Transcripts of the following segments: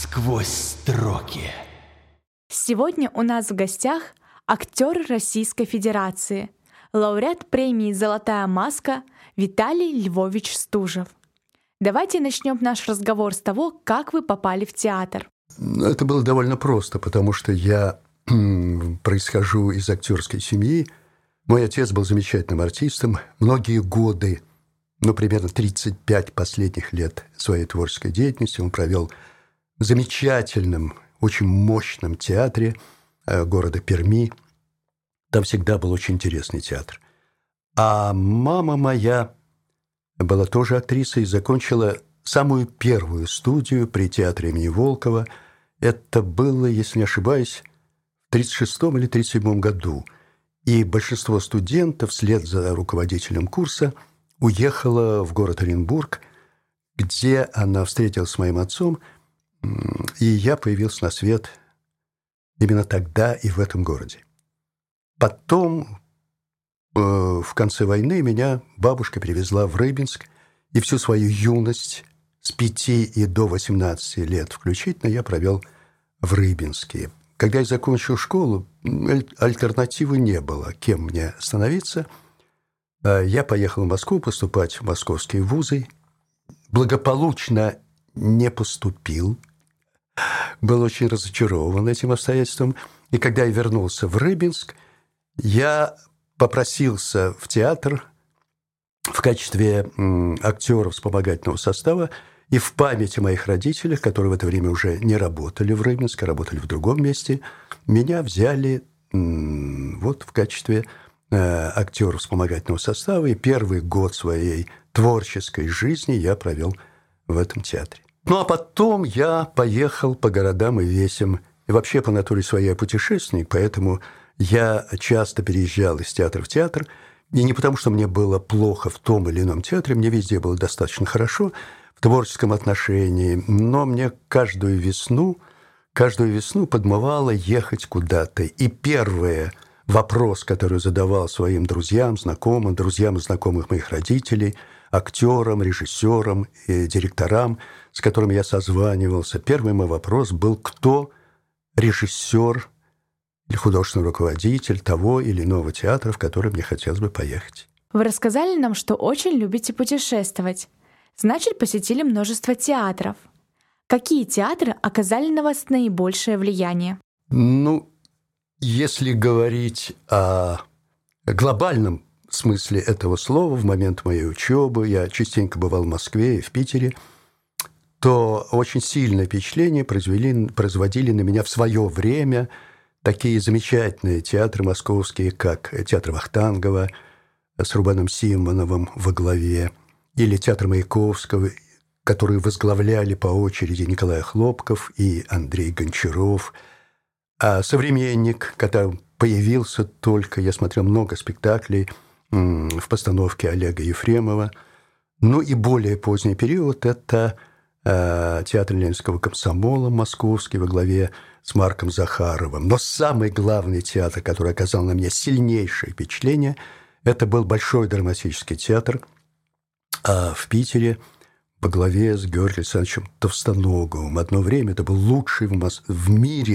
Сквозь строки. Сегодня у нас в гостях актер Российской Федерации, лауреат премии «Золотая маска» Виталий Львович Стужев. Давайте начнем наш разговор с того, как вы попали в театр. Это было довольно просто, потому что я происхожу из актерской семьи. Мой отец был замечательным артистом. Многие годы, примерно 35 последних лет своей творческой деятельности он провел в замечательном, очень мощном театре города Перми. Там всегда был очень интересный театр. А мама моя была тоже актрисой и закончила самую первую студию при театре имени Волкова. Это было, если не ошибаюсь, в 1936 или 1937 году. И большинство студентов вслед за руководителем курса уехало в город Оренбург, где она встретилась с моим отцом, и я появился на свет именно тогда и в этом городе. Потом, в конце войны, меня бабушка перевезла в Рыбинск, и всю свою юность с 5 и до 18 лет включительно я провел в Рыбинске. Когда я закончил школу, альтернативы не было, кем мне становиться. Я поехал в Москву поступать в московские вузы. Благополучно не поступил. Был очень разочарован этим обстоятельством. И когда я вернулся в Рыбинск, я попросился в театр в качестве актера вспомогательного состава. И в памяти моих родителей, которые в это время уже не работали в Рыбинске, а работали в другом месте, меня взяли в качестве актера вспомогательного состава. И первый год своей творческой жизни я провел в этом театре. А потом я поехал по городам и весям. И вообще по натуре своей я путешественник, поэтому я часто переезжал из театра в театр. И не потому, что мне было плохо в том или ином театре, мне везде было достаточно хорошо в творческом отношении, но мне каждую весну подмывало ехать куда-то. И первый вопрос, который задавал своим друзьям и знакомых моих родителей, актерам, режиссерам и директорам, с которыми я созванивался, первый мой вопрос был: кто режиссер или художественный руководитель того или иного театра, в который мне хотелось бы поехать. Вы рассказали нам, что очень любите путешествовать. Значит, посетили множество театров. Какие театры оказали на вас наибольшее влияние? Если говорить о глобальном смысле этого слова, в момент моей учебы, я частенько бывал в Москве и в Питере, то очень сильное впечатление производили на меня в свое время такие замечательные театры московские, как театр Вахтангова с Рубеном Симоновым во главе, или театр Маяковского, которые возглавляли по очереди Николай Хлопков и Андрей Гончаров. А «Современник», когда появился только, я смотрел много спектаклей в постановке Олега Ефремова. И более поздний период – это театр Ленинского комсомола московский во главе с Марком Захаровым. Но самый главный театр, который оказал на меня сильнейшее впечатление, это был Большой драматический театр в Питере во главе с Георгием Александровичем Товстоноговым. Одно время это был лучший в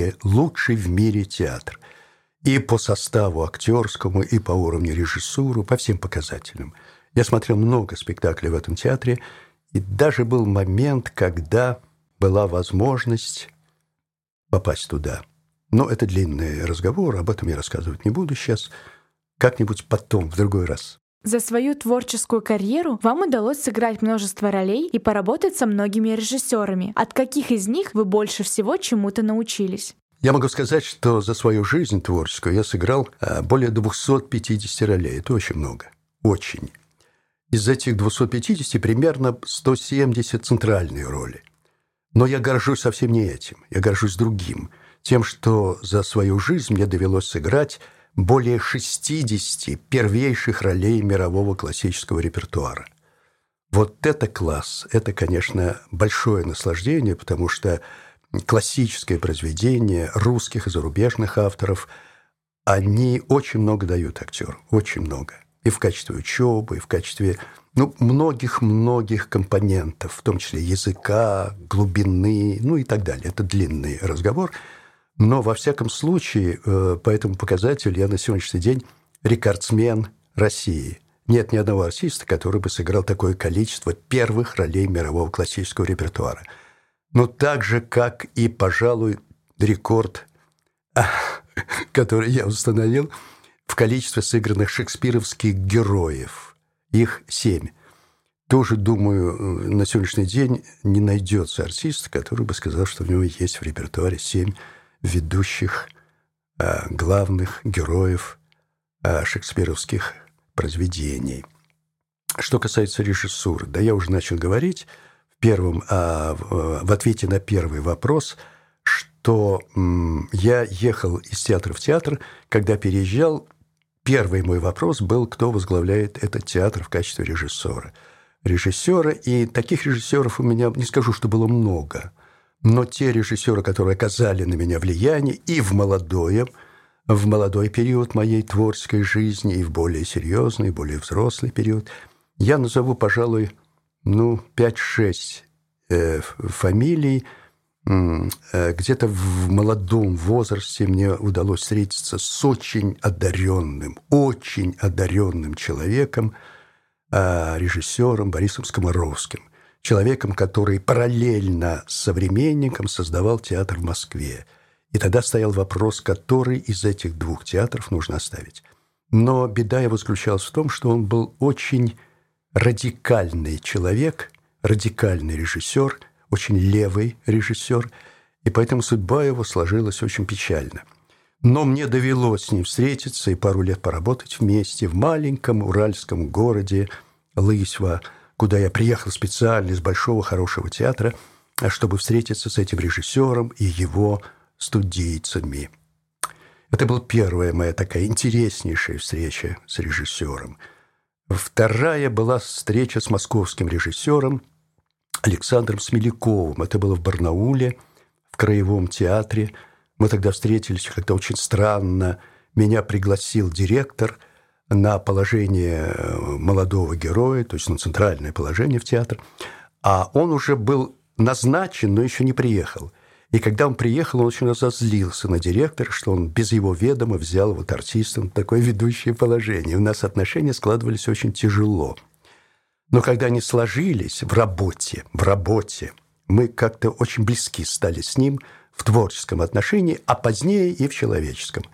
мире театр. И по составу актерскому, и по уровню режиссуры, по всем показателям. Я смотрел много спектаклей в этом театре, и даже был момент, когда была возможность попасть туда. Но это длинный разговор, об этом я рассказывать не буду сейчас. Как-нибудь потом, в другой раз. За свою творческую карьеру вам удалось сыграть множество ролей и поработать со многими режиссерами. От каких из них вы больше всего чему-то научились? Я могу сказать, что за свою жизнь творческую я сыграл более 250 ролей. Это очень много. Очень. Из этих 250 примерно 170 центральные роли. Но я горжусь совсем не этим. Я горжусь другим. Тем, что за свою жизнь мне довелось сыграть более 60 первейших ролей мирового классического репертуара. Вот это класс. Это, конечно, большое наслаждение, потому что классическое произведение русских и зарубежных авторов, они очень много дают актеру, очень много. И в качестве учебы, и в качестве многих-многих компонентов, в том числе языка, глубины, и так далее. Это длинный разговор. Но, во всяком случае, по этому показателю я на сегодняшний день рекордсмен России. Нет ни одного артиста, который бы сыграл такое количество первых ролей мирового классического репертуара. Но так же, как и, пожалуй, рекорд, который я установил, в количестве сыгранных шекспировских героев. Их 7. Тоже, думаю, на сегодняшний день не найдется артиста, который бы сказал, что у него есть в репертуаре 7 ведущих главных героев шекспировских произведений. Что касается режиссуры, я уже начал говорить в ответе на первый вопрос, что я ехал из театра в театр. Когда переезжал, первый мой вопрос был, кто возглавляет этот театр в качестве режиссера. И таких режиссеров у меня, не скажу, что было много, но те режиссеры, которые оказали на меня влияние и в молодой период моей творческой жизни, и в более серьезный, более взрослый период, я назову, пожалуй, 5-6 фамилий. Где-то в молодом возрасте мне удалось встретиться с очень одаренным человеком, режиссером Борисом Скоморовским, человеком, который параллельно с «Современником» создавал театр в Москве. И тогда стоял вопрос, который из этих двух театров нужно оставить. Но беда его заключалась в том, что он был очень радикальный человек, радикальный режиссер, очень левый режиссер, и поэтому судьба его сложилась очень печально. Но мне довелось с ним встретиться и пару лет поработать вместе в маленьком уральском городе Лысьва, куда я приехал специально из большого хорошего театра, чтобы встретиться с этим режиссером и его студийцами. Это была первая моя такая интереснейшая встреча с режиссером. Вторая была встреча с московским режиссером Александром Смеляковым. Это было в Барнауле, в Краевом театре. Мы тогда встретились как-то очень странно. Меня пригласил директор на положение молодого героя, то есть на центральное положение в театр. А он уже был назначен, но еще не приехал. И когда он приехал, он очень разозлился на директора, что он без его ведома взял артиста на такое ведущее положение. У нас отношения складывались очень тяжело. Но когда они сложились в работе, мы как-то очень близки стали с ним в творческом отношении, а позднее и в человеческом.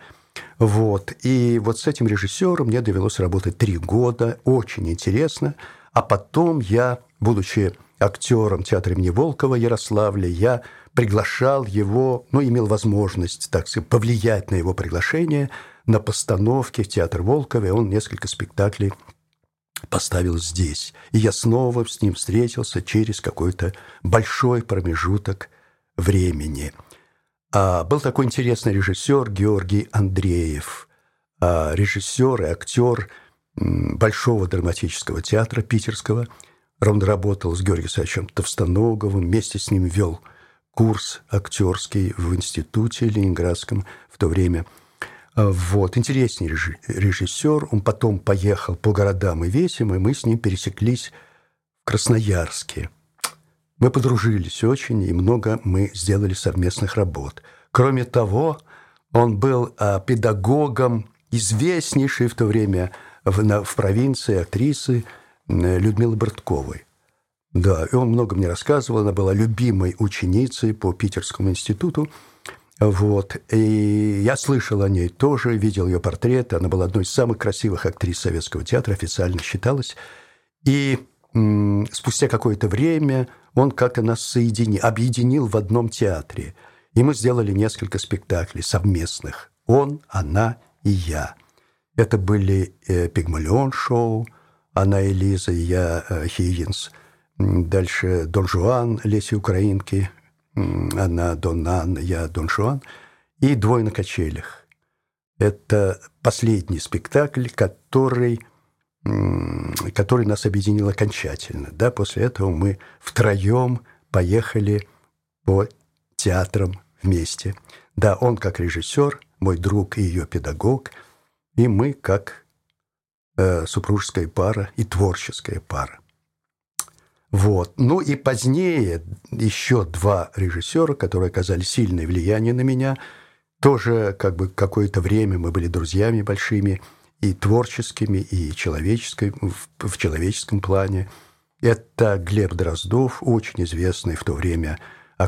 И с этим режиссером мне довелось работать 3 года, очень интересно. А потом я, будучи актером театра имени Волкова в Ярославле, я приглашал его, имел возможность, так сказать, повлиять на его приглашение на постановки в театр Волкова, и он несколько спектаклей поставил здесь. И я снова с ним встретился через какой-то большой промежуток времени. Был такой интересный режиссер Георгий Андреев, режиссер и актер Большого драматического театра питерского. Он работал с Георгием Александровичем Товстоноговым, вместе с ним вел курс актерский в институте ленинградском в то время. Интересный режиссер. Он потом поехал по городам и весям, и мы с ним пересеклись в Красноярске. Мы подружились очень, и много мы сделали совместных работ. Кроме того, он был педагогом известнейшей в то время в провинции актрисы Людмилы Бортковой. Да, и он много мне рассказывал. Она была любимой ученицей по Питерскому институту. И я слышал о ней тоже, видел ее портрет. Она была одной из самых красивых актрис советского театра, официально считалась. И спустя какое-то время он как-то нас объединил в одном театре. И мы сделали несколько спектаклей совместных. Он, она и я. Это были «Пигмалион» она и Лиза, и я Хиггинс. Дальше «Дон Жуан» Леси Украинки, она Донна Анна, я Дон Жуан. И «Двое на качелях». Это последний спектакль, который нас объединил окончательно. Да, после этого мы втроем поехали по театрам вместе. Да, он как режиссер, мой друг и ее педагог, и мы как супружеская пара и творческая пара. Вот. Ну и позднее еще два режиссера, которые оказали сильное влияние на меня. Тоже как бы какое-то время мы были друзьями большими, и творческими, и в человеческом плане. Это Глеб Дроздов, очень известный в то время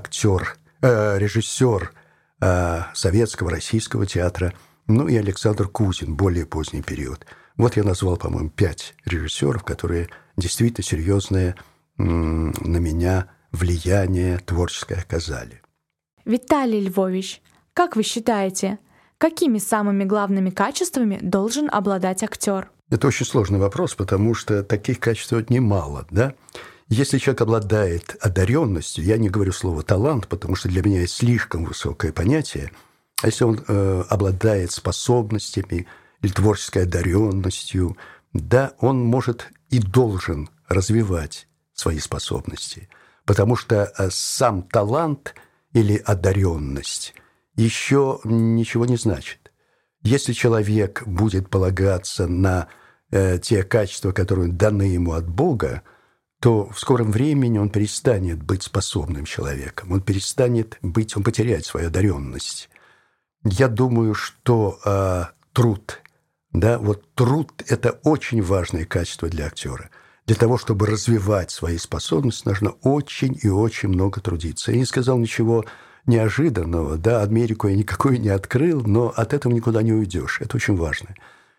режиссер советского, российского театра, ну и Александр Кузин, более поздний период. Вот я назвал, по-моему, 5 режиссеров, которые действительно серьезное на меня влияние творческое оказали. Виталий Львович, как вы считаете, какими самыми главными качествами должен обладать актер? Это очень сложный вопрос, потому что таких качеств немало, да? Если человек обладает одаренностью, я не говорю слово «талант», потому что для меня это слишком высокое понятие, а если он обладает способностями или творческой одаренностью, да, он может и должен развивать свои способности, потому что сам талант или одаренность еще ничего не значит. Если человек будет полагаться на те качества, которые даны ему от Бога, то в скором времени он перестанет быть способным человеком, он потеряет свою одаренность. Я думаю, что труд, да, вот труд – это очень важное качество для актера. Для того, чтобы развивать свои способности, нужно очень и очень много трудиться. Я не сказал ничего неожиданного, да, Америку я никакой не открыл, но от этого никуда не уйдешь. Это очень важно.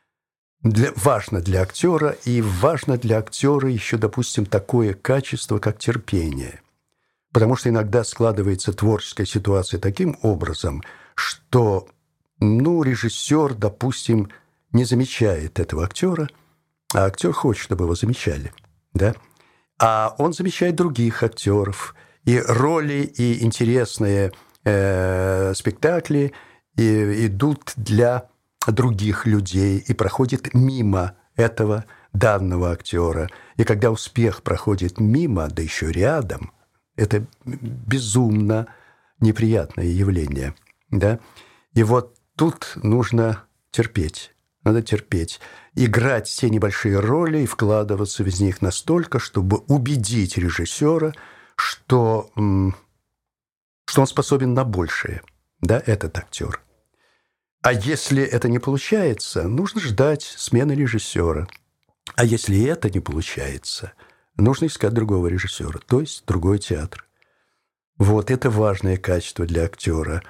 Важно для актера, и важно для актера еще, допустим, такое качество, как терпение. Потому что иногда складывается творческая ситуация таким образом, что, режиссер, допустим, не замечает этого актера, а актер хочет, чтобы его замечали, да? А он замечает других актеров, и роли, и интересные спектакли идут для других людей и проходят мимо этого данного актера. И когда успех проходит мимо, да еще рядом, это безумно неприятное явление, да? И вот тут нужно терпеть. Надо терпеть, играть те небольшие роли и вкладываться в них настолько, чтобы убедить режиссера, что он способен на большее, да, этот актер. А если это не получается, нужно ждать смены режиссера. А если это не получается, нужно искать другого режиссера, то есть другой театр. Вот это важное качество для актера.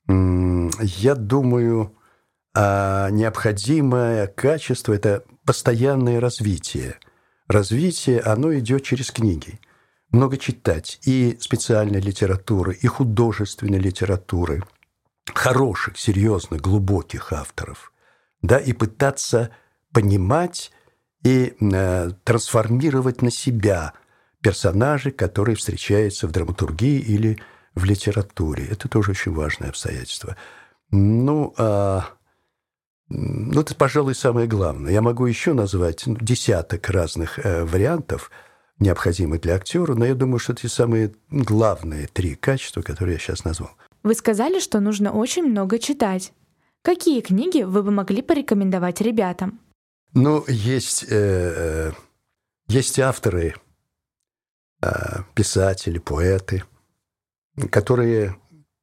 Я думаю, необходимое качество – это постоянное развитие. Развитие, оно идет через книги. Много читать и специальной литературы, и художественной литературы, хороших, серьезных, глубоких авторов, да, и пытаться понимать и трансформировать на себя персонажи, которые встречаются в драматургии или в литературе. Это тоже очень важное обстоятельство. Это, пожалуй, самое главное. Я могу еще назвать десяток разных вариантов, необходимых для актера, но я думаю, что это самые главные 3 качества, которые я сейчас назвал. Вы сказали, что нужно очень много читать. Какие книги вы бы могли порекомендовать ребятам? Есть авторы, писатели, поэты, которые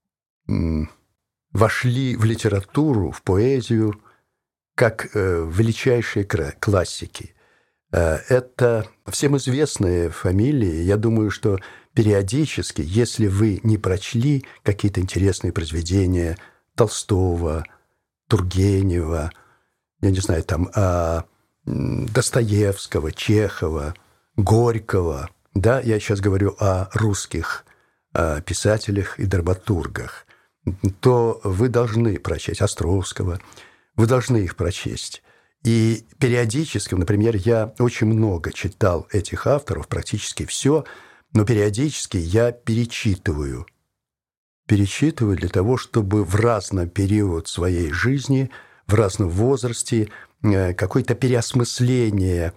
вошли в литературу, в поэзию, как величайшие классики. Это всем известные фамилии. Я думаю, что периодически, если вы не прочли какие-то интересные произведения Толстого, Тургенева, я не знаю, Достоевского, Чехова, Горького, да, я сейчас говорю о русских писателях и драматургах, то вы должны прочесть Островского, вы должны их прочесть. И периодически, например, я очень много читал этих авторов, практически все, но периодически я перечитываю для того, чтобы в разный период своей жизни, в разном возрасте какое-то переосмысление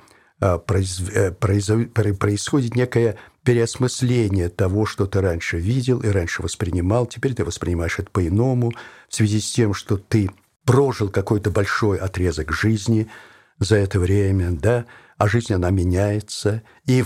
происходит, некое переосмысление того, что ты раньше видел и раньше воспринимал. Теперь ты воспринимаешь это по-иному в связи с тем, что ты прожил какой-то большой отрезок жизни, за это время, да, а жизнь, она меняется, и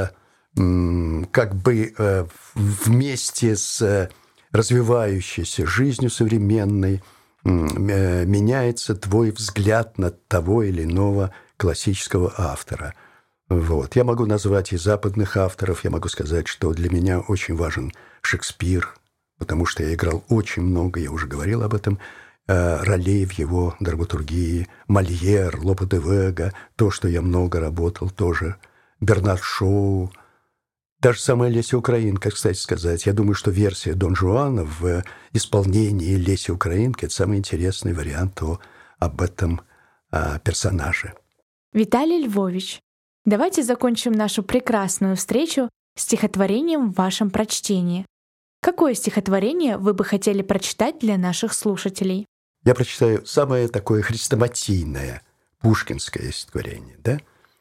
вместе с развивающейся жизнью современной меняется твой взгляд на того или иного классического автора. Вот. Я могу назвать и западных авторов, я могу сказать, что для меня очень важен Шекспир, потому что я играл очень много, я уже говорил об этом, ролей в его драматургии, Мольер, Лопе де Вега, то, что я много работал тоже, Бернард Шоу, даже самая Леся Украинка, кстати сказать. Я думаю, что версия Дон Жуана в исполнении Леси Украинки – это самый интересный вариант об этом персонаже. Виталий Львович, давайте закончим нашу прекрасную встречу стихотворением в вашем прочтении. Какое стихотворение вы бы хотели прочитать для наших слушателей? Я прочитаю самое такое хрестоматийное пушкинское стихотворение, да?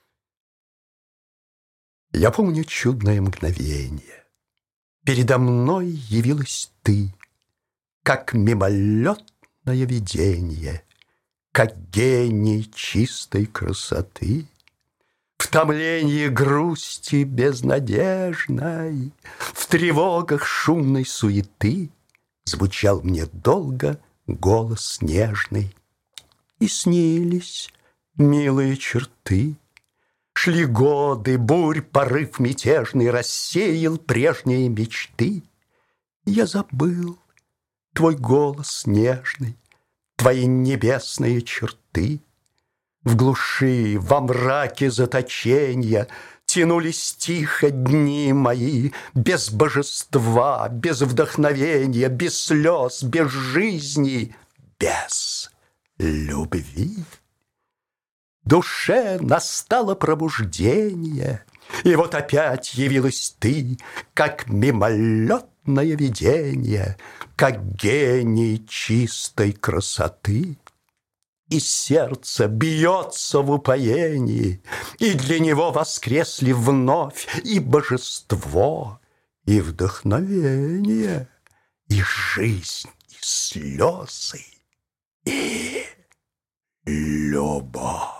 Я помню чудное мгновение. Передо мной явилась ты, как мимолетное видение, как гений чистой красоты. В томлении грусти безнадежной, в тревогах шумной суеты звучал мне долго голос нежный. И снились милые черты. Шли годы, бурь, порыв мятежный рассеял прежние мечты. Я забыл твой голос нежный, твои небесные черты. В глуши, во мраке заточения тянулись тихо дни мои, без божества, без вдохновения, без слез, без жизни, без любви. Душе настало пробуждение, и вот опять явилась ты, как мимолетное видение, как гений чистой красоты. И сердце бьется в упоении, и для него воскресли вновь и божество, и вдохновение, и жизнь, и слезы, и любовь.